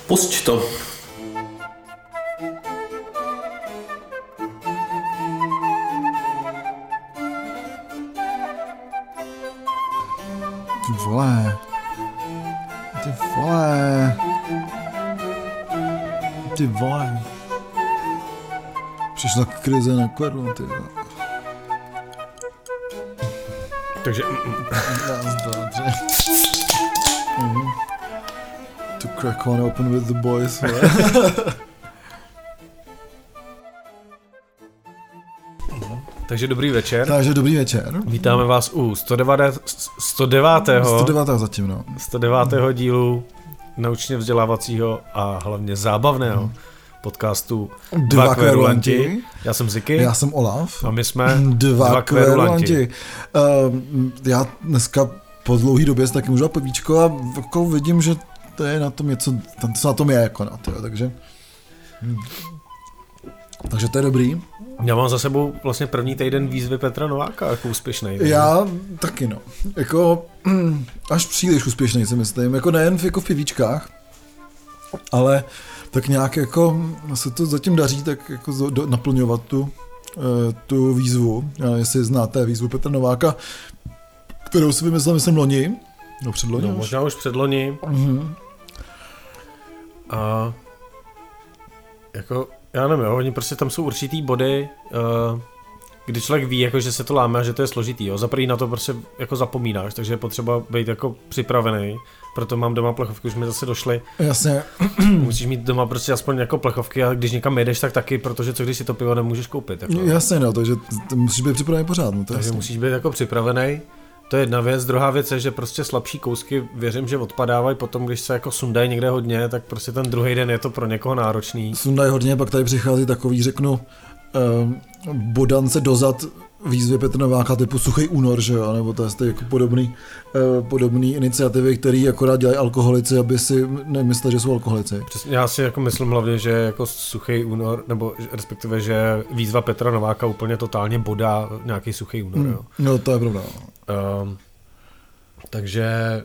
Pusť to. Ty vole. Ty vole. Ty vole. Přišla krize na Kvernu, ty vole. Takže... Raz, dva, tři. To crack one open with the boys, vole. Takže dobrý večer. Takže dobrý večer. Vítáme vás u 109. 109. zatím, no. 109. dílu naučně vzdělávacího a hlavně zábavného podcastu Dva kverulanti. Já jsem Ziky. Já jsem Olaf. A my jsme Dva kverulanti. Já dneska po dlouhý době si taky můžu dát pivíčko a jako vidím, že to je na tom něco, co na tom je jako na to, takže to je dobrý. Já mám za sebou vlastně první týden výzvy Petra Nováka jako úspěšnej. Já taky no, jako až příliš úspěšnej si myslím, jako nejen jako v pivíčkách, ale tak nějak jako se to zatím daří tak jako naplňovat tu výzvu. Já, jestli znáte výzvu Petra Nováka, kterou si vymyslel, myslím, loni. No předloni. No, možná už předloni. A jako, já nevím, jo, oni prostě tam jsou určitý body, kdy člověk ví, jako, že se to láme a že to je složitý. Jo. Za první na to prostě jako zapomínáš, takže je potřeba být jako připravený. Proto mám doma plechovky, už mi zase došly. Jasně. Musíš mít doma prostě aspoň jako plechovky a když někam jedeš, tak taky, protože co když si to pivo nemůžeš koupit. Jako. Jasně, no, takže musíš být připravený pořád. No, takže musíš být jako připravený. To je jedna věc. Druhá věc je, že prostě slabší kousky věřím, že odpadávají potom, když se jako sundají někde hodně, tak prostě ten druhý den je to pro někoho náročný. Sundají hodně, pak tady přichází takový, řeknu, bodance dozad výzvy Petra Nováka typu Suchý únor, že jo, nebo to je jako podobný iniciativy, které akorát dělají alkoholici, aby si nemysleli, že jsou alkoholici. Já si jako myslím hlavně, že jako Suchý únor, nebo respektive, že výzva Petra Nováka úplně totálně bodá nějaký Suchý únor, jo. No to je pravda. Takže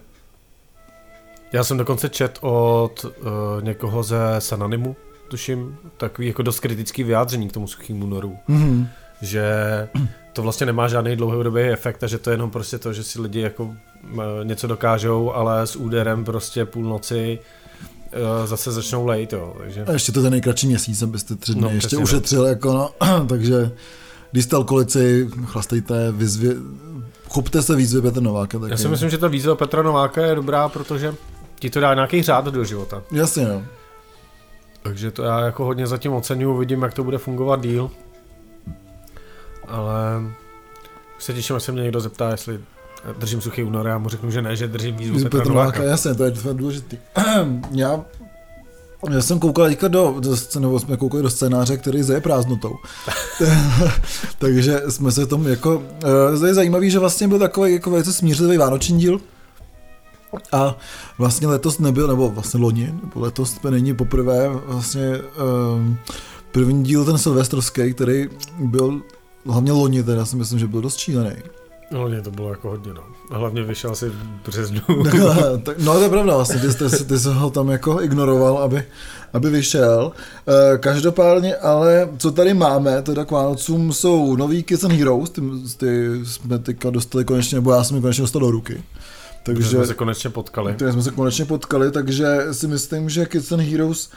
já jsem dokonce čet od někoho ze Sananimu, tuším, takový jako dost kritický vyjádření k tomu Suchým únoru. Že to vlastně nemá žádný dlouhodobý efekt a že to je jenom prostě to, že si lidi jako něco dokážou, ale s úderem prostě půlnoci zase začnou lejt, jo. Takže... A ještě to je ten nejkratší měsíc, abyste 3 dny ještě ušetřili, jako no, takže když jste alkoholici, chlastejte, chopte se výzvy Petra Nováka. Taky. Já si myslím, že ta výzva Petra Nováka je dobrá, protože ti to dá nějaký řád do života. Jasně, no. Takže to já jako hodně zatím oceňuji, vidím, jak to bude fungovat díl. Ale se těším, až se mě někdo zeptá, jestli držím Suchý únor, já mu řeknu, že ne, že držím výzvu Petra Nováka. Jasně, to je důležitý. Já jsem koukal teďka nebo jsme koukali do scénáře, který zeje prázdnotou. Takže jsme se tom jako, je zajímavý, že vlastně byl takový jako velice smířlivý vánoční díl. A vlastně letos nebyl, nebo vlastně loni, nebo letos není poprvé vlastně první díl ten silvestrovský, který byl hlavně loni, teda si myslím, že byl dost šílený. Loni to bylo jako hodně, no. A hlavně vyšel asi v březnu. No to je pravda vlastně, ty jsi ho tam jako ignoroval, aby vyšel. Každopádně, ale co tady máme, teda k Vánocům jsou nový Kids and Heroes, ty jsme teďka dostali konečně, nebo já jsem je konečně dostal do ruky. Takže jsme se konečně potkali. Takže si myslím, že Kids and Heroes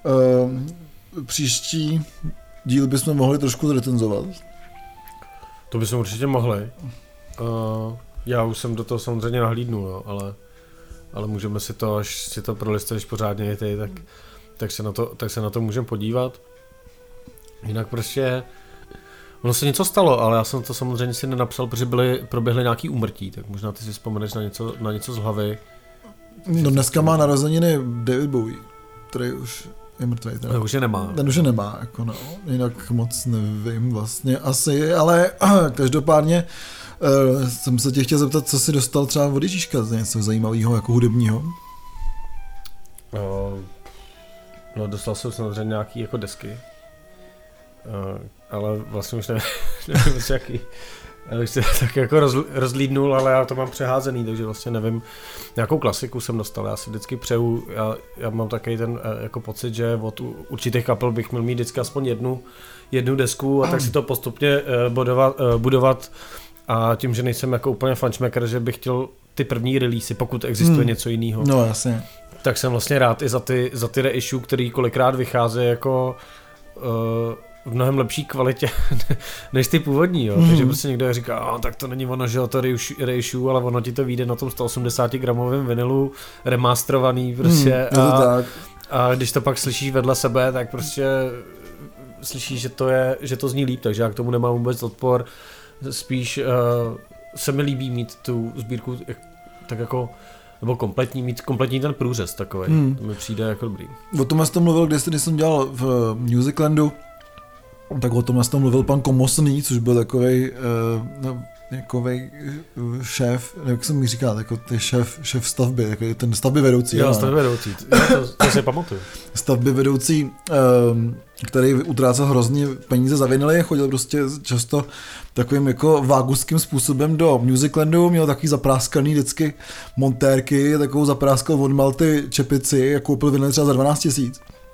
příští díl bychom mohli trošku zrecenzovat. To bychom určitě mohli. Já už jsem do toho samozřejmě nahlídnul, no, ale můžeme si to, až si to prolistuješ pořádně tak se na to můžeme podívat. Jinak prostě ono se něco stalo, ale já jsem to samozřejmě si nenapsal, protože proběhly nějaký úmrtí, tak možná ty si vzpomeneš na něco z hlavy. No dneska má narozeniny David Bowie, který už je mrtvý. Ten už je nemá. Ten už je nemá, jako no, jinak moc nevím vlastně asi, ale každopádně jsem se tě chtěl zeptat, co jsi dostal třeba od Ježíška, něco zajímavého jako hudebního. No dostal jsem samozřejmě nějaký jako desky, ale vlastně už nevím jaký. Já bych si tak jako rozlídnul, ale já to mám přeházený, takže vlastně nevím, nějakou klasiku jsem dostal, já si vždycky přeju, já mám takový ten jako pocit, že od určitých kapel bych měl mít vždycky aspoň jednu desku a tak si to postupně budovat a tím, že nejsem jako úplně fanšmaker, že bych chtěl ty první releasy, pokud existuje něco jiného. No jasně. Tak jsem vlastně rád i za ty reissue, který kolikrát vychází jako v mnohem lepší kvalitě než ty původní, jo. Takže prostě někdo říká, tak to není ono, že to reissue, ale ono ti to vyjde na tom 180 gramovém vinilu, remasterovaný prostě a když to pak slyšíš vedle sebe, tak prostě slyšíš, že to zní líp, takže já k tomu nemám vůbec odpor, spíš se mi líbí mít tu sbírku tak jako nebo mít kompletní ten průřez takovej, to mi přijde jako dobrý. O tom jsem mluvil, když jsem dělal v Musiclandu, tak o tom mluvil pan Komosný, což byl takovej šéf, jak se mi říká, jako ty šéf stavby, jako ten stavby vedoucí. Jo, stavby vedoucí, to si pamatuju. Stavby vedoucí, který utrácel hrozně peníze za vinily, chodil prostě často takovým jako váguským způsobem do Musiclandu, měl takový zapráskaný vždycky montérky, takovou zapráskal od Malty čepici a koupil vinily třeba za 12 000.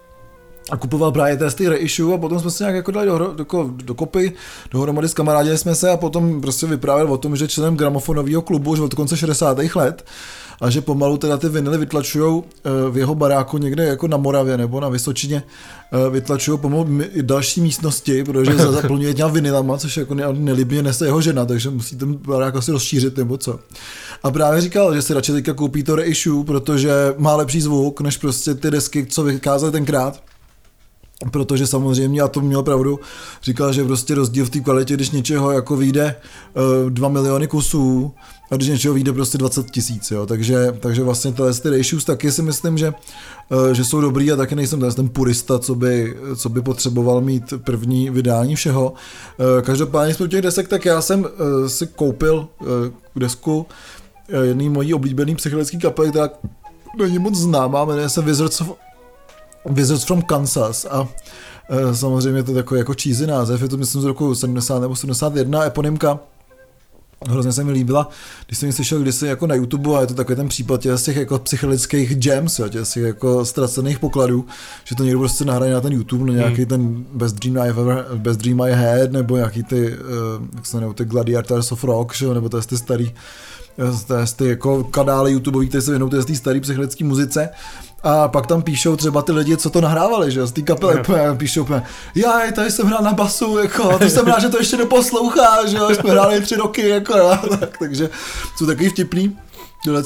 A kupoval právě ty reissue a potom jsme se nějak jako dali dokopy, dohromady s kamarádili jsme se a potom prostě vyprávěl o tom, že členem gramofonového klubu už od konce 60. let a že pomalu teda ty vinily vytlačujou v jeho baráku někde jako na Moravě nebo na Vysočině, vytlačujou pomalu další místnosti, protože zaplňuje těma vinylama, což jako nelibně nese jeho žena, takže musí ten barák asi rozšířit nebo co. A právě říkal, že si radši teďka koupí to reissue, protože má lepší zvuk, než prostě ty desky, co vykázaly tenkrát. Protože samozřejmě, a to měl pravdu, říkal, že prostě rozdíl v té kvalitě, když něčeho jako vyjde 2 miliony kusů a když něčeho vyjde prostě 20 000, jo, takže vlastně ty reissues taky si myslím, že jsou dobrý a taky nejsem ten purista, co by potřeboval mít první vydání všeho. Každopádně z těch desek, tak já jsem si koupil desku jedný mojí oblíbený psychedelický kapely, která není moc známá, jmenuje se Wizards from Kansas a samozřejmě to je takový jako cheesy název, je to myslím z roku 70 nebo 71, eponymka. Hrozně se mi líbila, když jsem ji slyšel kdysi jako na YouTube a je to takový ten případ těch jako psychedelických jams, jo, těch jako ztracených pokladů, že to někdo prostě nahraje na ten YouTube, na nějaký ten Best Dream I Had, nebo nějaký ty, jak se jmenují, ty Gladiators of Rock, že, nebo to je ty starý, ty jako kanály YouTubeový, které se věnují té staré psychedelické muzice. A pak tam píšou třeba ty lidi, co to nahrávali, že z té kapely, píšou úplně, tady jsem hrál na basu, jako, to jsem rád, že to ještě neposlouchá, že jsme hráli 3 roky, jako, takže jsou takový vtipný tyhle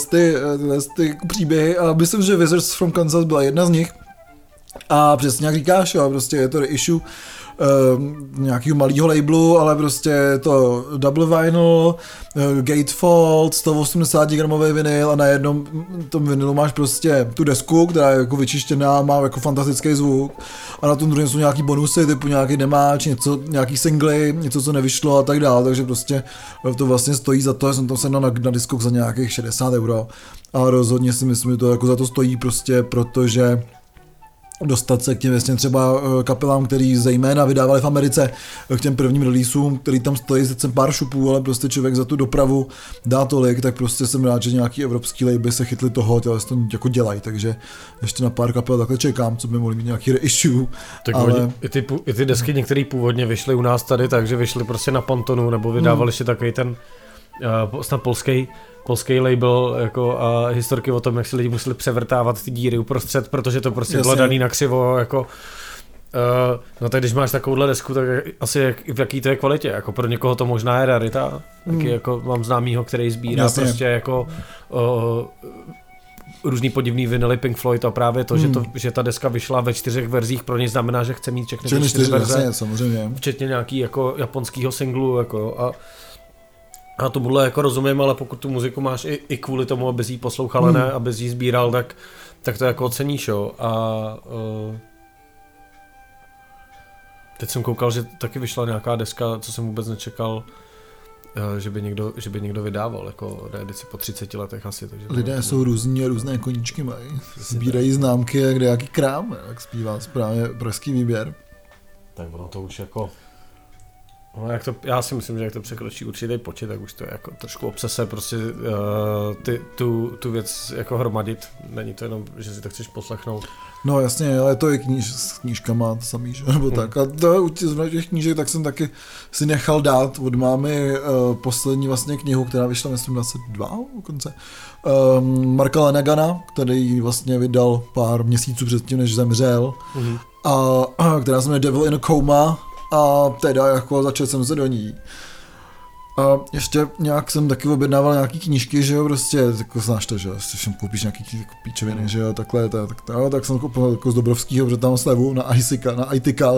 příběhy a myslím, že Wizards from Kansas byla jedna z nich a přesně jak říkáš, jo, prostě je to reissue nějakého malého labelu, ale prostě je to double vinyl, gatefold, 180 gramový vinyl a na jednom tom vinylu máš prostě tu desku, která je jako vyčištěná, má jako fantastický zvuk a na tom druhém jsou nějaký bonusy, typu nějaký demáč, nějaký singly, něco, co nevyšlo a tak dále, takže prostě to vlastně stojí za to, já jsem to sehnal na diskok za nějakých 60 €, ale rozhodně si myslím, že to jako za to stojí prostě, protože dostat se k těm vlastně třeba kapelám, který zejména vydávali v Americe, k těm prvním releaseům, který tam stojí sice pár šupů, ale prostě člověk za tu dopravu dá tolik, tak prostě jsem rád, že nějaký evropský labely se chytli toho, ale to jako dělají, takže ještě na pár kapel takhle čekám, co by mohli mít nějaký reissue. Tak ale i ty desky některé původně vyšly u nás tady, takže vyšly prostě na Pantonu, nebo vydávali ještě takový ten snad polský label jako a historky o tom, jak si lidi museli převrtávat ty díry uprostřed, protože to prostě bylo daný na křivo, jako no tak když máš takovouhle desku, tak asi v jaký to je kvalitě, jako pro někoho to možná je rarita, taky jako mám známýho, který sbírá prostě jako různý podivný vinily Pink Floyd a právě to, že ta deska vyšla ve 4 verzích, pro něj znamená, že chce mít všechny 4 verze, samozřejmě. Včetně nějaký jako japonskýho singlu, jako a tomuhle jako rozumím, ale pokud tu muziku máš i kvůli tomu, abys jí poslouchal, ne, abys jí sbíral, tak to jako oceníš, jo. A teď jsem koukal, že taky vyšla nějaká deska, co jsem vůbec nečekal, že by někdo vydával, jako reedici po 30 letech asi. Takže lidé jsou různí a různé koníčky mají. Sbírají známky a kde jaký krám, jak zpívá správně pražský výběr. Tak ono to už jako No, já si myslím, že jak to překročí určitý počet, tak už to je jako trošku obsese prostě tu věc jako hromadit. Není to jenom, že si to chceš poslechnout. No jasně, ale to je s knížkama to samý, že? Nebo tak. A to u těch knížek tak jsem taky si nechal dát od mámy poslední vlastně knihu, která vyšla myslím 22 dokonce. Marka Lanagana, který vlastně vydal pár měsíců předtím, než zemřel. A která se jmenuje Devil in a Coma. A teda jako začal jsem se do ní. A ještě nějak jsem taky objednával nějaký knížky, že jo, prostě, jako znáš to, že jo, si koupíš nějaký jako píčoviny, že jo, takhle, tak jsem koupil jako z Dobrovskýho, protože tam slevu na iTika,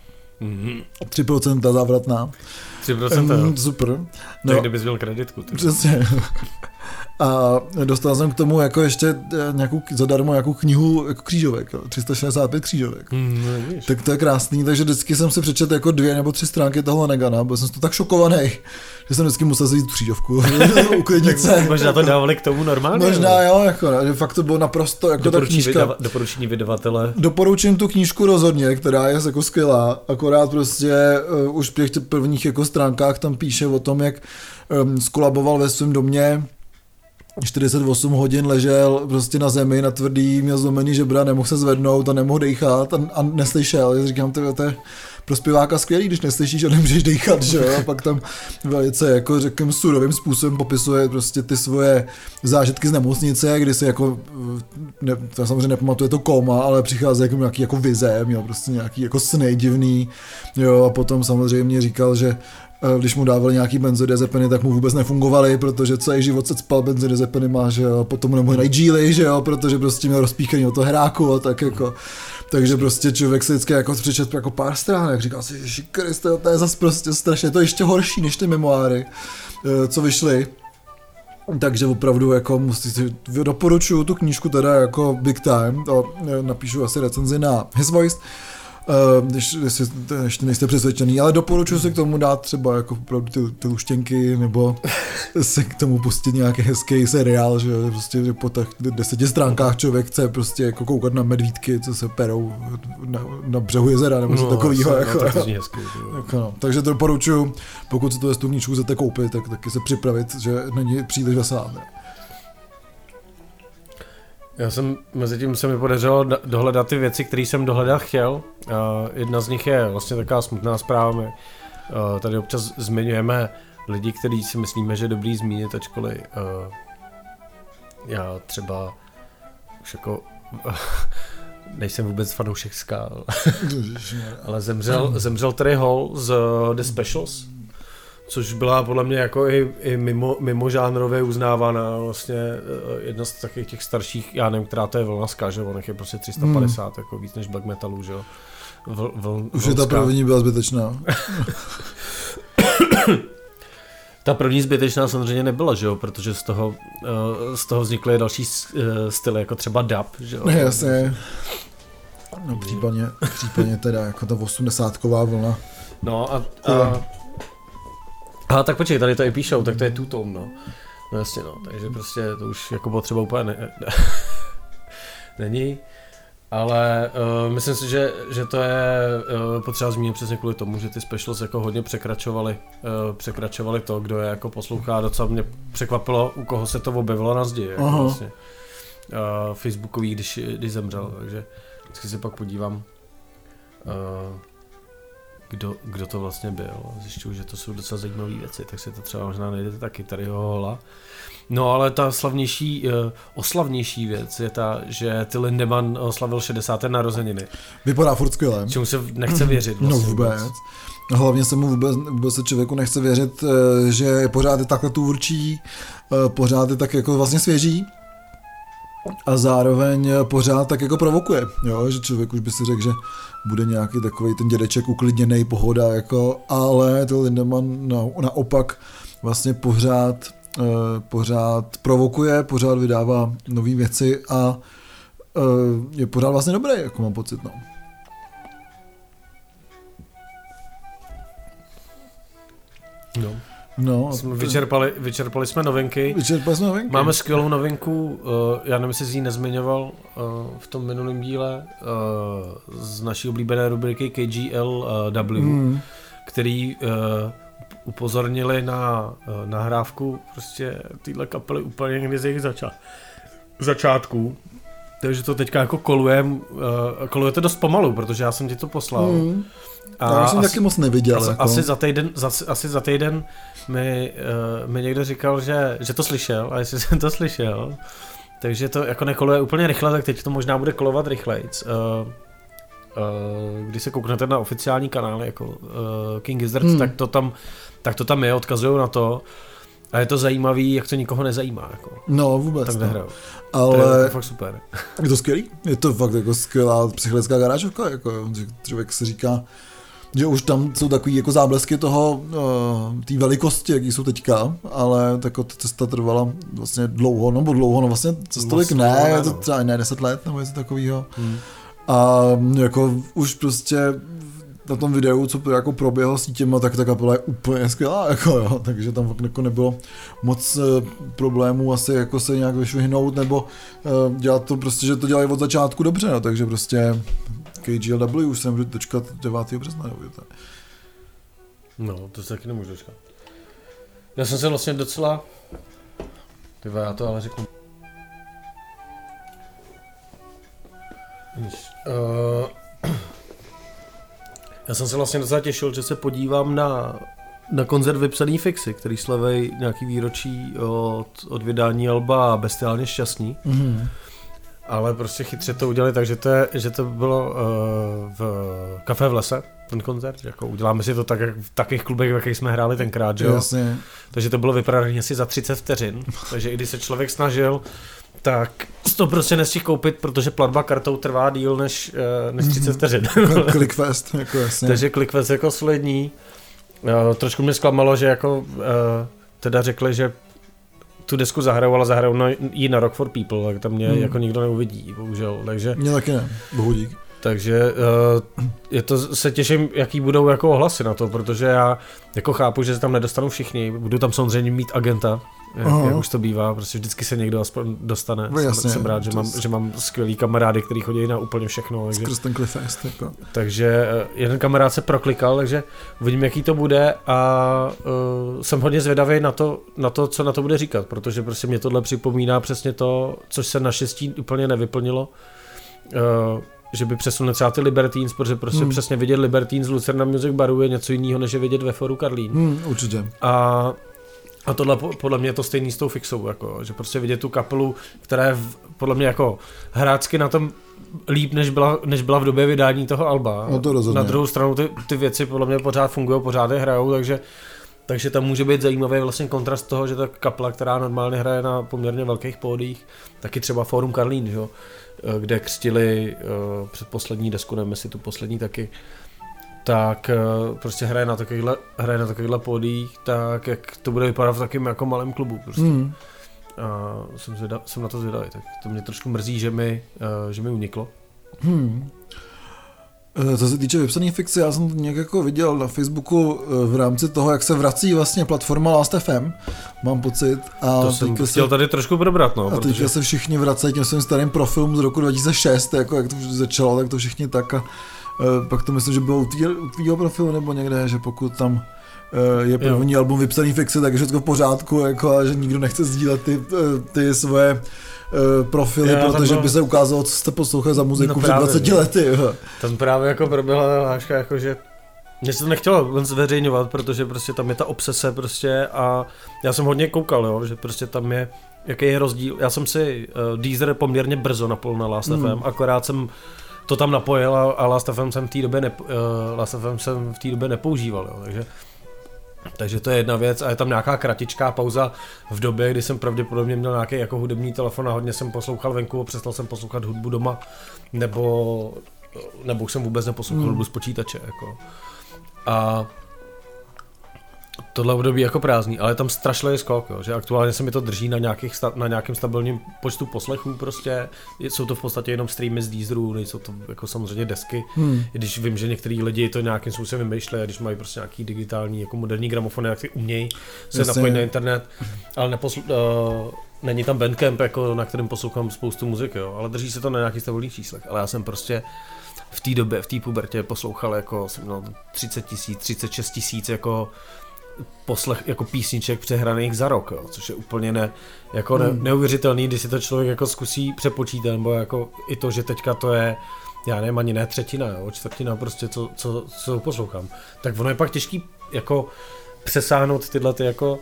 3% závratná. 3%? Super. No. Tak kdybys měl kreditku. Přesně. A dostal jsem k tomu jako ještě zadarmo nějakou knihu jako křížovek, 365 křížovek. Tak to je krásný, takže vždycky jsem si přečetl jako 2 nebo 3 stránky toho Lanagana, byl jsem to tak šokovaný, že jsem vždycky musel vzít křížovku, uklidnit se. Možná to dávali k tomu normálně? Možná jo, jako, že fakt to bylo naprosto jako ta knížka. Doporučení vydavatele. Doporučím tu knížku rozhodně, která je jako skvělá, akorát prostě už v těch prvních jako stránkách tam píše o tom, jak skolaboval ve svém domě, 48 hodin ležel prostě na zemi, na tvrdý, měl zlomený žebra, nemohl se zvednout a nemohl dejchat a neslyšel. Já říkám, to je pro zpěváka skvělý, když neslyšíš a nemůžeš dejchat, že jo? A pak tam velice jako řekněme surovým způsobem popisuje prostě ty svoje zážitky z nemocnice, kdy se jako, to samozřejmě nepamatuje to koma, ale přichází jako nějaký jako vize, měl prostě nějaký jako sny divný, jo, a potom samozřejmě říkal, že když mu dávali nějaký benzodiazepiny, tak mu vůbec nefungovaly, protože celý život se cpal benzodiazepinima, že jo, potom nemohl najít díly, že jo, protože prostě měl rozpíchaný od toho hráku a tak jako, takže prostě člověk se vždycky jako přečet jako pár stránek, říkal si, Ježi Kriste, to je zase prostě strašně, to je ještě horší než ty memoáry, co vyšly. Takže opravdu jako musíte, doporučuju tu knížku teda jako big time, to napíšu asi recenzi na His Voice, když ještě nejste přesvědčený, ale doporučuji si k tomu dát třeba jako opravdu ty luštěnky, nebo si k tomu pustit nějaký hezký seriál, že prostě po těch 10 stránkách člověk chce prostě jako koukat na medvídky, co se perou na břehu jezera, nebo něco takového. Takže to doporučuji, pokud si to tu knížku chcete koupit, tak taky se připravit, že není příliš veselá. Mezi tím se mi podařilo dohledat ty věci, které jsem dohledat chtěl. Jedna z nich je vlastně taková smutná zpráva. My tady občas zmiňujeme lidi, kteří si myslíme, že je dobrý zmínit, ačkoliv já třeba už jako nejsem vůbec fanoušek ska, ale zemřel Terry Hall z The Specials, což byla podle mě jako i mimo žánrově uznávaná vlastně jedna z takových těch starších, já nevím, která to je vlna ska, že on je prostě 350, jako víc než black metalu, že jo. Už je ta první byla zbytečná. Ta první zbytečná samozřejmě nebyla, že jo, protože z toho vznikly další styly, jako třeba dub, že jo. Jasně. No případně teda jako ta 80ková vlna. No a tak počkej, tady to i píšou, tak to je two-tone, no. No jasně, no, takže prostě to už jako potřeba úplně není, ale myslím si, že to je potřeba zmínit přesně kvůli tomu, že ty specials jako hodně překračovali to, kdo je jako poslouchá, docela mě překvapilo, u koho se to objevilo na zdi, jako vlastně Facebookový, když zemřel, takže vždycky se pak podívám, kdo to vlastně byl. Zjišťuju, že to jsou docela zajímavé věci, tak si to třeba možná najdete taky, tady Hola. No ale ta oslavnější věc je ta, že Till Lindemann oslavil 60. narozeniny. Vypadá furt skvěle. Čemu se nechce věřit vlastně. No vůbec. Hlavně se mu vůbec se člověku nechce věřit, že pořád je takhle tvůrčí, pořád je tak jako vlastně svěží. A zároveň pořád tak jako provokuje, jo? Že člověk už by si řekl, že bude nějaký takovej ten dědeček uklidněnej, pohoda, jako, ale ten Lindemann naopak vlastně pořád provokuje, pořád vydává nové věci a je pořád vlastně dobrý, jako mám pocit, no. No, vyčerpali jsme novinky. Máme skvělou novinku, já nevím, jestli jsi ji nezmiňoval v tom minulém díle, z naší oblíbené rubriky KGLW, který upozornili na nahrávku prostě téhle kapely úplně někdy z jejich začátků. Takže to teďka jako koluje to dost pomalu, protože já jsem ti to poslal. Já jsem taky moc neviděl. Jako. Asi za týden mi někdo říkal, že to slyšel, a jestli jsem to slyšel, takže to jako nekoluje úplně rychle, tak teď to možná bude kolovat rychlejc. Když se kouknete na oficiální kanály jako King Gizzard, tak to tam je, odkazují na to. A je to zajímavý, jak to nikoho nezajímá. Jako. No vůbec. Tak nehraju. Ale to je fakt super. Je to skvělý. Je to fakt jako skvělá psychologická garážovka. Jako, že člověk si říká, že už tam jsou takový jako záblesky toho, té velikosti, jaký jsou teďka, ale ta cesta trvala vlastně dlouho, vlastně tolik ne, to třeba ne 10 let nebo něco takového. A jako už prostě na tom videu, co jako proběhlo s těma, tak ta kapela je úplně skvělá, jako jo, takže tam fakt jako nebylo moc problémů asi jako se nějak vyšvihnout, nebo dělat to prostě, že to dělají od začátku dobře, no, takže prostě KGLW už se nemůžu dočkat 9. března, jo. No, to se taky nemůžu dočkat. Já jsem se vlastně docela, já to ale řeknu. Já jsem se vlastně docela těšil, že se podívám na koncert Vypsaný fixy, který slaví nějaký výročí od vydání alba Bestiálně šťastní. Ale prostě chytře to udělali tak, že to bylo v Café v lese, ten koncert. Jako uděláme si to tak, jak v takových klubech, v jakých jsme hráli tenkrát, že jo? Jasně. Takže to bylo vyprodané asi za 30 vteřin. Takže i když se člověk snažil, tak to prostě nestihl koupit, protože platba kartou trvá díl než 30 vteřin. Clickfest, jako jasně. Takže Clickfest jako slední. Trošku mě zklamalo, že jako teda řekli, že tu desku zahrajou, ale zahrajou ji na Rock for People, tak tam mě jako nikdo neuvidí, bohužel. Takže, mě taky ne, bohu dík. Takže se těším, jaký budou jako ohlasy na to, protože já jako chápu, že se tam nedostanou všichni, budu tam samozřejmě mít agenta, jak už to bývá, prostě vždycky se někdo aspoň dostane. Jsem rád, že mám skvělý kamarády, který chodí na úplně všechno. Skrz ten Cliffest, jako. Takže jeden kamarád se proklikal, takže uvidím, jaký to bude a jsem hodně zvědavý na to, co na to bude říkat, protože prostě mě tohle připomíná přesně to, což se naštěstí úplně nevyplnilo. Že by přesunul třeba ty Libertines, protože prostě přesně vidět Libertines z Lucerna Music Baru je něco jiného, než je vidět ve Foru Karlín. Určitě. A tohle podle mě je to stejný s tou fixou, jako, že prostě vidět tu kapelu, která je podle mě jako hráčsky na tom líp, než byla v době vydání toho alba. No to rozhodně. Na druhou stranu ty věci podle mě pořád fungují, pořád je hrajou, takže tam může být zajímavý vlastně kontrast toho, že ta kapela, která normálně hraje na poměrně velkých pódiích, taky třeba Fórum Karlín, že? Kde křtili předposlední desku, nevím jestli tu poslední taky, tak prostě hraje na takovýchhle pódiích, tak jak to bude vypadat v takým jako malém klubu prostě. A jsem na to zvědavý, tak to mě trošku mrzí, že mi uniklo. Co se týče Vypsaný fixy, já jsem to nějak jako viděl na Facebooku v rámci toho, jak se vrací vlastně platforma Last.fm, mám pocit. A to jsem chtěl tady trošku probrat, no. A protože teďka se všichni vracejí těm svým starým profilům z roku 2006, jako jak to začalo, tak to všichni tak a pak to myslím, že bylo u tvýho profilu nebo někde, že pokud tam je první album Vypsaný fixy, tak je všechno v pořádku, jako, a že nikdo nechce sdílet ty svoje profily, protože by se ukázalo, co jste poslouchali za muziku před 20 lety. Jo. Tam právě jako proběhla hláška, jako že mě se to nechtělo zveřejňovat, protože prostě tam je ta obsese prostě a já jsem hodně koukal, jo, že prostě tam je, jaký je rozdíl. Já jsem si Deezer poměrně brzo napojil na Last.fm, akorát jsem to tam napojil a Last.fm jsem v té době nepoužíval, jo, takže to je jedna věc a je tam nějaká kratičká pauza v době, kdy jsem pravděpodobně měl nějaký jako hudební telefon a hodně jsem poslouchal venku a přestal jsem poslouchat hudbu doma, nebo už jsem vůbec neposlouchal hudbu z počítače. Jako. A tohle období jako prázdný, ale je tam strašlivý skok, jo, že aktuálně se mi to drží na nějakém stabilním počtu poslechů prostě, jsou to v podstatě jenom streamy z Deezeru, nejsou to jako samozřejmě desky, i když vím, že některý lidi to nějakým způsobem vymýšlejí, když mají prostě nějaký digitální jako moderní gramofony, tak si umějí se napojit na internet, ale není tam Bandcamp, jako, na kterém poslouchám spoustu muziky, jo, ale drží se to na nějakých stabilních číslech, ale já jsem prostě v té době, v té pubertě poslouchal jako jsem měl 30 000, 36 000 jako poslech jako písniček přehraných za rok, jo, což je úplně neuvěřitelný, když si to člověk jako zkusí přepočítat, nebo jako i to, že teďka to je, já nevím, ani ne třetina, jo, čtvrtina prostě, co poslouchám. Tak ono je pak těžký jako přesáhnout tyhle ty jako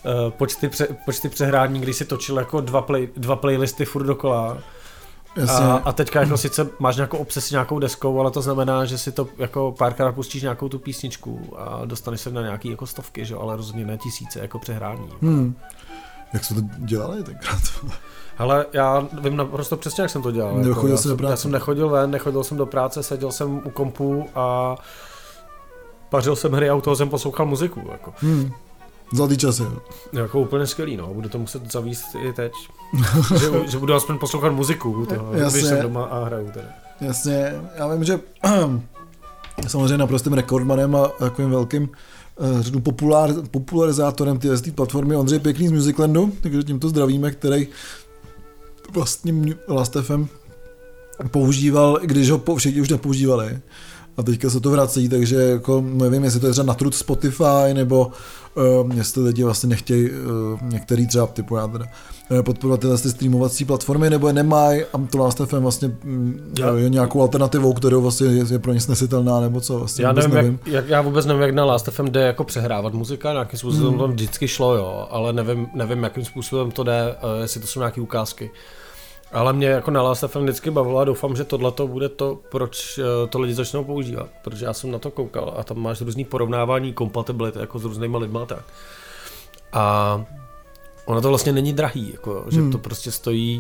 počty přehrání, když si točil jako dva playlisty furt dokola. A teďka jako sice máš nějakou obsesi nějakou deskou, ale to znamená, že si to jako párkrát pustíš nějakou tu písničku a dostaneš se na nějaký jako stovky, že? Ale rozhodně ne tisíce jako přehrání. Jak jsme to dělali tenkrát? Hele, já vím naprosto přesně, jak jsem to dělal. Nechodil jsi do práce? Já jsem nechodil ven, nechodil jsem do práce, seděl jsem u kompu a pařil jsem hry a u toho jsem poslouchal muziku. Jako. Zlatý časy, jo. Jako úplně skvělý, no. Budu to muset zavíst i teď. že budu aspoň poslouchat muziku, když jsem doma a hraju teda. Jasně, já vím, že samozřejmě naprostým rekordmanem a takovým velkým řeknu popularizátorem té platformy Ondřej Pěkný z Musiclandu, takže tímto zdravíme, který vlastně Last FM používal, když ho všichni už nepoužívali. A teďka se to vrací, takže jako nevím, jestli to je třeba na trud Spotify, nebo jestli lidi vlastně nechtějí některý třeba typu já teda podporovat tyhle streamovací platformy, nebo je nemají a to Last FM vlastně je nějakou alternativou, kterou vlastně je pro ně snesitelná, nebo co vlastně já nevím. Já vůbec nevím, jak na Last FM jde jako přehrávat muzika, nějakým způsobem to vždycky šlo, jo, ale nevím, jakým způsobem to jde, jestli to jsou nějaké ukázky. Ale mě jako na Last FM vždycky bavilo a doufám, že tohleto bude to, proč to lidi začnou používat, protože já jsem na to koukal a tam máš různý porovnávání kompatibility jako s různýma lidma tak. A ono to vlastně není drahý, jako, že to prostě stojí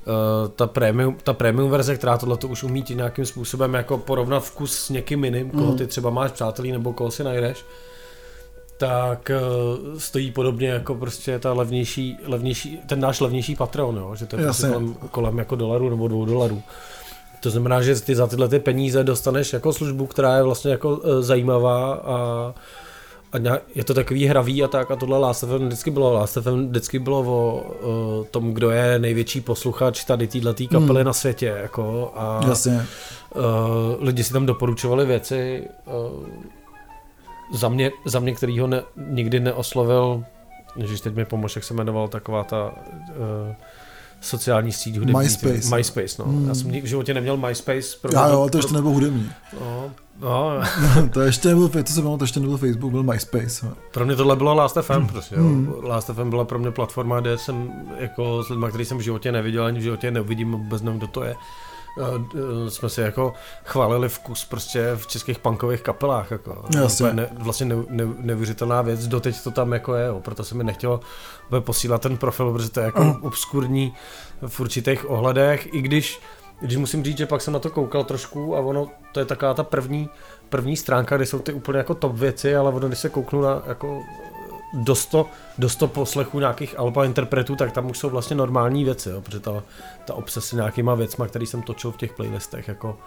ta premium verze, která tohleto už umí ti nějakým způsobem jako porovnat vkus s někým jiným, koho ty třeba máš přátelí nebo koho si najdeš, tak stojí podobně jako prostě ta levnější, ten náš levnější Patreon, jo? Že to je prostě kolem jako $1 nebo $2. To znamená, že ty za tyhle ty peníze dostaneš jako službu, která je vlastně jako zajímavá a je to takový hravý a tak a tohle Last FM vždycky bylo o tom, kdo je největší posluchač tady téhletý kapely na světě jako a lidi si tam doporučovali věci za mě, který ho nikdy neoslovil, ježiš, teď mi pomož, jak se jmenoval taková ta sociální síť hudební. MySpace, no. Já jsem v životě neměl MySpace. To ještě nebyl hudební. No. To ještě nebyl, to ještě nebyl Facebook, byl MySpace. Pro mě tohle bylo Last FM, prostě. Last FM byla pro mě platforma, kde jsem jako s lidmi, který jsem v životě neviděl, ani v životě neuvidím, vůbec nevím, kdo to je. Jsme si jako chválili vkus prostě v českých punkových kapelách, jako. Vlastně neuvěřitelná věc, doteď to tam jako je, jo. Proto se mi nechtělo posílat ten profil, protože to je jako obskurní v určitých ohledech, i když musím říct, že pak jsem na to koukal trošku a ono, to je taková ta první stránka, kde jsou ty úplně jako top věci, ale ono, když se kouknu na jako do 100 poslechů nějakých alba interpretů, tak tam už jsou vlastně normální věci, jo, protože ta obsese nějakýma věcma, který jsem točil v těch playlistech, jako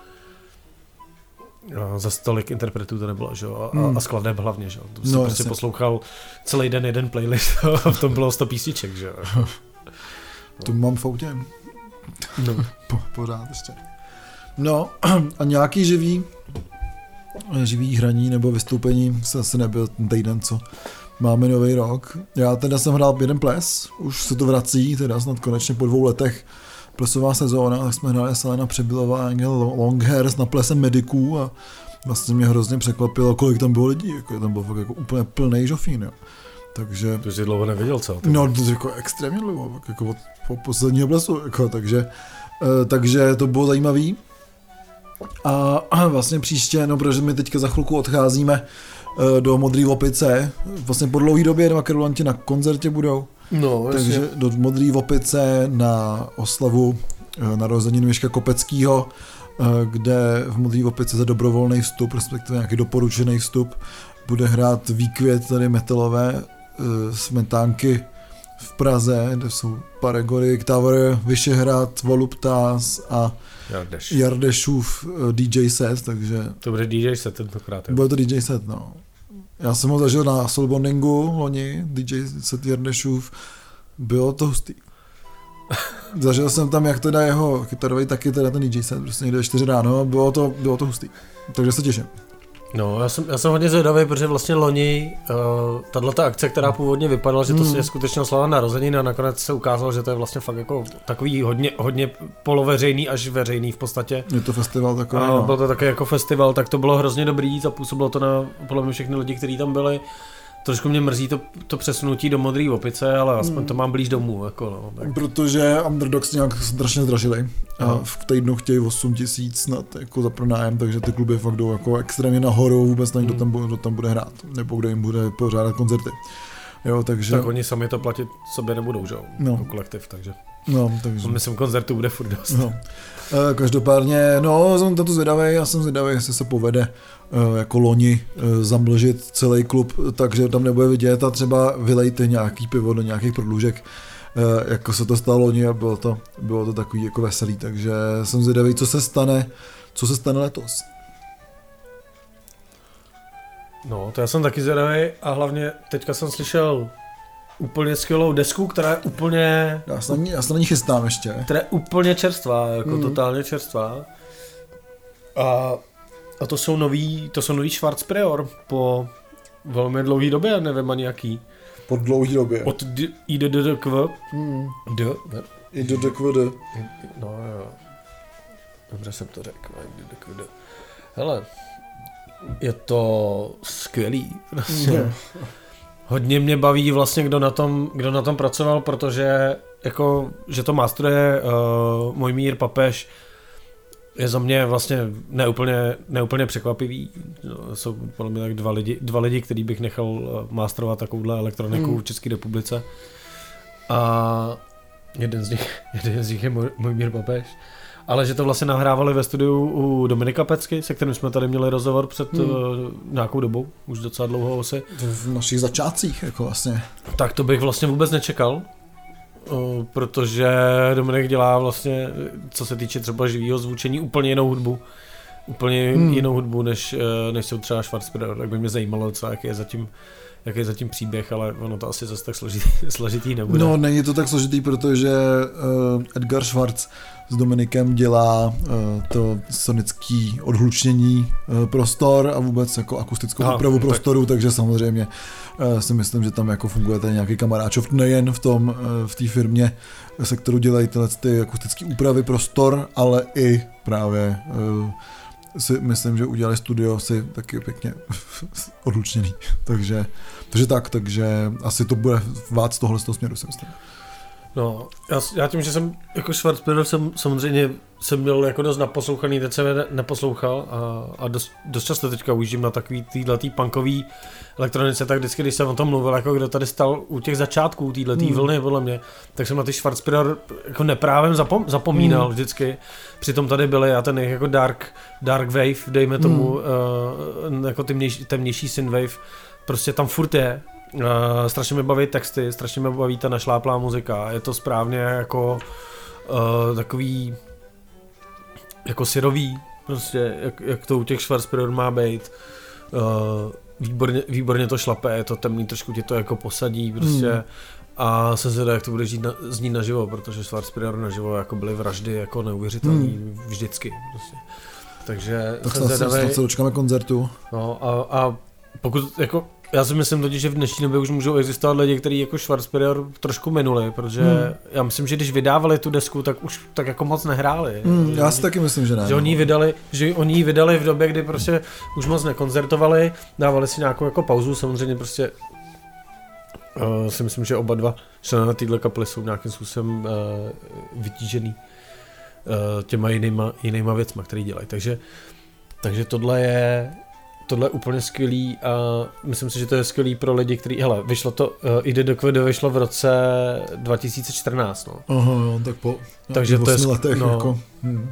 za tolik interpretů to nebylo, že jo, a skladeb hlavně, že jo, to jsem prostě poslouchal celý den jeden playlist a v tom bylo 100 písniček, že jo. To mám v autě. No. Pořád ještě. No a nějaký živý hraní nebo vystoupení se asi nebyl ten týden, co máme nový rok. Já teda jsem hrál jeden ples, už se to vrací, teda snad konečně po 2 letech plesová sezóna, tak jsme hráli Selena Přibylová, Angel Longhairs na plese mediků a vlastně mě hrozně překvapilo, kolik tam bylo lidí, jako tam byl fakt jako úplně plnej žofín, jo. Takže... To jsi dlouho neviděl, co? No, to je jako extrémně dlouho, jako od posledního plesu, jako, takže to bylo zajímavý. A vlastně příště, no protože my teďka za chvilku odcházíme do Modrý opice, vlastně po dlouhý době 2 Karulanti na koncertě budou, takže do Modrý opice na oslavu narozenin Miška Kopeckýho, kde v Modrý opice za dobrovolný vstup, respektive nějaký doporučený vstup, bude hrát Výkvět, tady metalové smetánky v Praze, kde jsou Paregoric Tower, Vyšehrad, Voluptas a Jardešův DJ set, takže... To bude DJ set tentokrát. Bude to DJ set, no. Já jsem ho zažil na Soulbondingu loni, DJ set Jardešův, bylo to hustý. Zažil jsem tam, jak teda jeho kytarový, taky teda ten DJ set, prostě někde 4 ráno, bylo to hustý, takže se těším. No, já jsem hodně zvědavý, protože vlastně loni tato akce, která původně vypadala, že to je skutečně oslava narozenin a nakonec se ukázalo, že to je vlastně fakt jako takový hodně poloveřejný až veřejný v podstatě. Je to festival takový, no. Byl to taky jako festival, tak to bylo hrozně dobrý, zapůsobilo to na podle mě všechny lidi, kteří tam byli. Trošku mě mrzí to přesunutí do Modrý opice, ale aspoň to mám blíž domů. Jako no, tak. Protože Underdogs nějak strašně zdražili. A v týdnu chtějí 8 000 snad jako za pronájem, takže ty kluby fakt jdou jako extrémně nahoru, vůbec nevím, kdo tam bude hrát, nebo kdo jim bude pořádat koncerty. Jo, takže... Tak oni sami to platit sobě nebudou, že jo, jako kolektiv, takže... No, takže... Myslím, koncertů bude furt dost. No. Každopádně, jsem tato zvědavý, já jsem zvědavý, jestli se povede jako loni zamlžit celý klub, takže tam nebude vidět a třeba vylejte nějaký pivo do nějakých prodlužek, jako se to stalo loni a bylo to takový jako veselý, takže jsem zvědavý, co se stane letos. No, to já jsem taky zvědavý a hlavně teďka jsem slyšel úplně skvělou desku, která je úplně... Já se na ní chystám ještě. Která je úplně čerstvá, jako totálně čerstvá. A to jsou nový Schwarz Prior po velmi dlouhý době, nevím ani jaký. Po dlouhý době. Od IDDQ. IDDQD. No jo. Dobře jsem to řekl. IDDQD. Hele, je to skvělý. Prostě. Hodně mě baví vlastně, kdo na tom pracoval, protože jako, že to masteruje Mojmír Papež, je za mě vlastně neúplně překvapivý. Jsou podle mě tak dva lidi, který bych nechal masterovat takovouhle elektroniku v České republice. A jeden z nich je Mojmír Papež. Ale že to vlastně nahrávali ve studiu u Dominika Pecky, se kterým jsme tady měli rozhovor před nějakou dobou, už docela dlouho asi. V našich začátcích, jako vlastně. Tak to bych vlastně vůbec nečekal, protože Dominik dělá vlastně, co se týče třeba živého zvučení, úplně jinou hudbu. Úplně jinou hudbu, než jsou třeba Schwarz Prior, tak by mě zajímalo, jaký je zatím příběh, ale ono to asi zase tak složitý nebude. No, není to tak složitý, protože Edgar Schwarz s Dominikem dělá to sonický odhlučnění prostor a vůbec jako akustickou úpravu prostoru, takže samozřejmě si myslím, že tam jako funguje tady nějaký kamaráčov, nejen v té firmě, se kterou dělají tyhle ty akustické úpravy prostor, ale i právě si myslím, že udělali studio si taky pěkně odlučněný. Takže asi to bude vát z tohohle směru, si myslím. No, já tím, že jsem jako Schwarz Prior samozřejmě jsem měl jako dost naposlouchaný, teď jsem neposlouchal a dost často teďka ujíždím na takový týhletý punkový elektronice, tak vždycky, když jsem o tom mluvil, jako kdo tady stal u těch začátků týhletý vlny, podle mě, tak jsem na ty Schwarz Prior jako neprávem zapomínal vždycky. Přitom tady byly a ten jako dark wave, dejme tomu, jako temnější synthwave, prostě tam furt je. Strašně mě baví texty, strašně mě baví ta našláplá muzika, je to správně jako takový jako syrový, prostě jak to u těch Schwarz Prior má být, výborně to šlape, je to temný, trošku tě to jako posadí prostě a jsem zvědavý, jak to bude znít naživo, protože Schwarz Prior naživo jako byly vraždy jako neuvěřitelný vždycky prostě. Takže tak se dočkáme koncertu. No a pokud jako já si myslím totiž, že v dnešní době už můžou existovat lidi, kteří jako Schwarz Prior trošku minuli, protože já myslím, že když vydávali tu desku, tak už tak jako moc nehráli. Já si taky myslím, že ne. Že oni ji vydali v době, kdy prostě už moc nekoncertovali, dávali si nějakou jako pauzu, samozřejmě prostě si myslím, že oba dva členové téhle kapely jsou nějakým způsobem vytížený těma jinýma věcma, který dělají. Takže tohle je úplně skvělý a myslím si, že to je skvělý pro lidi, kteří, vyšlo to, IDDQD vyšlo v roce 2014, no. Aha, jo, tak po takže 8 letech, no. Jako.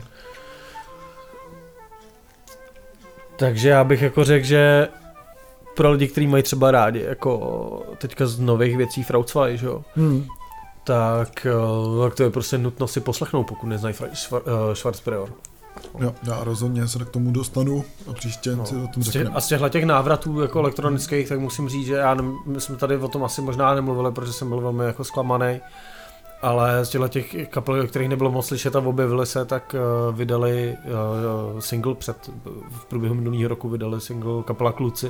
Takže já bych jako řekl, že pro lidi, kteří mají třeba rádi, jako teďka z nových věcí Frau 2, že jo, tak to je prostě nutno si poslechnout, pokud neznají Schwarzprior. Jo, já rozhodně se k tomu dostanu a příště si o tom řekneme. A z těch návratů jako elektronických, tak musím říct, že my jsme tady o tom asi možná nemluvili, protože jsem byl velmi jako zklamaný, ale z těch kapel, kterých nebylo moc slyšet a objevili se, tak vydali single v průběhu minulého roku vydali single kapela Kluci.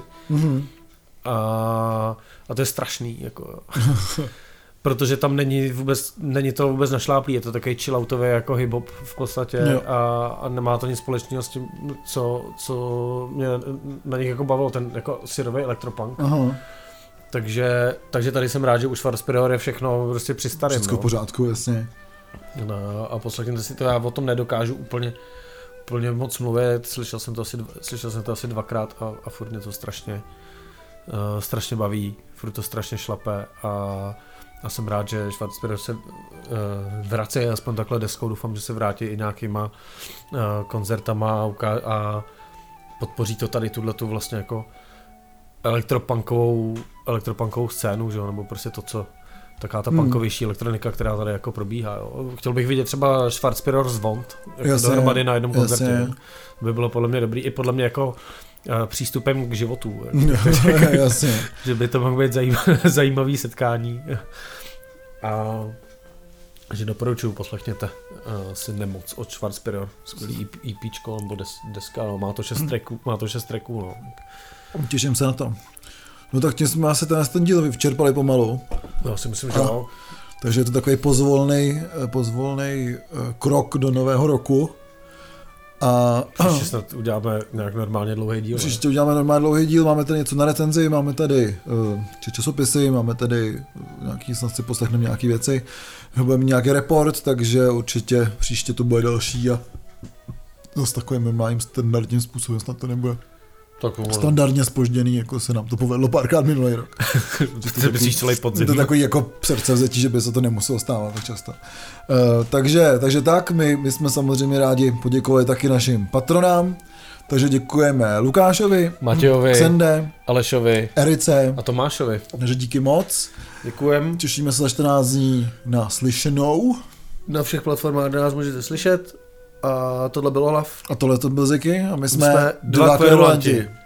A to je strašný, jako protože tam není to vůbec našláplý, je to takový chilloutový jako hip-hop v podstatě a nemá to nic společného s tím, co mě na nich jako bavilo, ten jako syrový elektropunk. Takže tady jsem rád, že už Schwarzprior je všechno prostě při starém. Všechno v pořádku, jasně. No, a poslechněte si to, já o tom nedokážu úplně moc mluvit, slyšel jsem to asi 2krát a furt mě to strašně baví, furt to strašně šlape a jsem rád, že Schwarzprior se vrací aspoň takhle deskou, doufám, že se vrátí i nějakýma koncertama a podpoří to tady tuhletu vlastně jako elektropunkovou scénu, že jo, nebo prostě to, co taková ta punkovější elektronika, která tady jako probíhá, jo. Chtěl bych vidět třeba Schwarzprior Zvont, jako dohromady na jednom koncertě. By bylo podle mě dobrý, i podle mě jako přístupem k životu. Jasně. Že by to mohlo být zajímavý setkání. A že doporučuju, poslechněte si Nemoc od Schwarzprior, skvělý EPčko nebo deska, no, má to 6 tracků, no. Těším se na to. No tak tím jsme asi ten díl vyčerpali pomalu. Já si myslím, že jo. Takže je to takový pozvolnej krok do nového roku. A příště snad uděláme nějak normálně dlouhý díl. Příště uděláme normálně dlouhý díl, máme tady něco na recenzi, máme tady časopisy, máme tady nějaký, snad si poslechneme nějaký věci, budeme nějaký report, takže určitě příště to bude další a s takovým normálním standardním způsobem snad to nebude. Standardně zpožděný, jako se nám to povedlo párkrát minulý rok. To je takový jako srdcevzetí, že by se to nemuselo stávat tak často. Takže tak, my jsme samozřejmě rádi poděkovali taky našim patronám, takže děkujeme Lukášovi, Matějovi, Xende, Alešovi, Erice a Tomášovi. Takže díky moc. Děkujem. Těšíme se za 14 dní na slyšenou. Na všech platformách, kde nás můžete slyšet. A tohle bylo Hlav. A tohle to byl Ziky a my jsme dva kverulanti.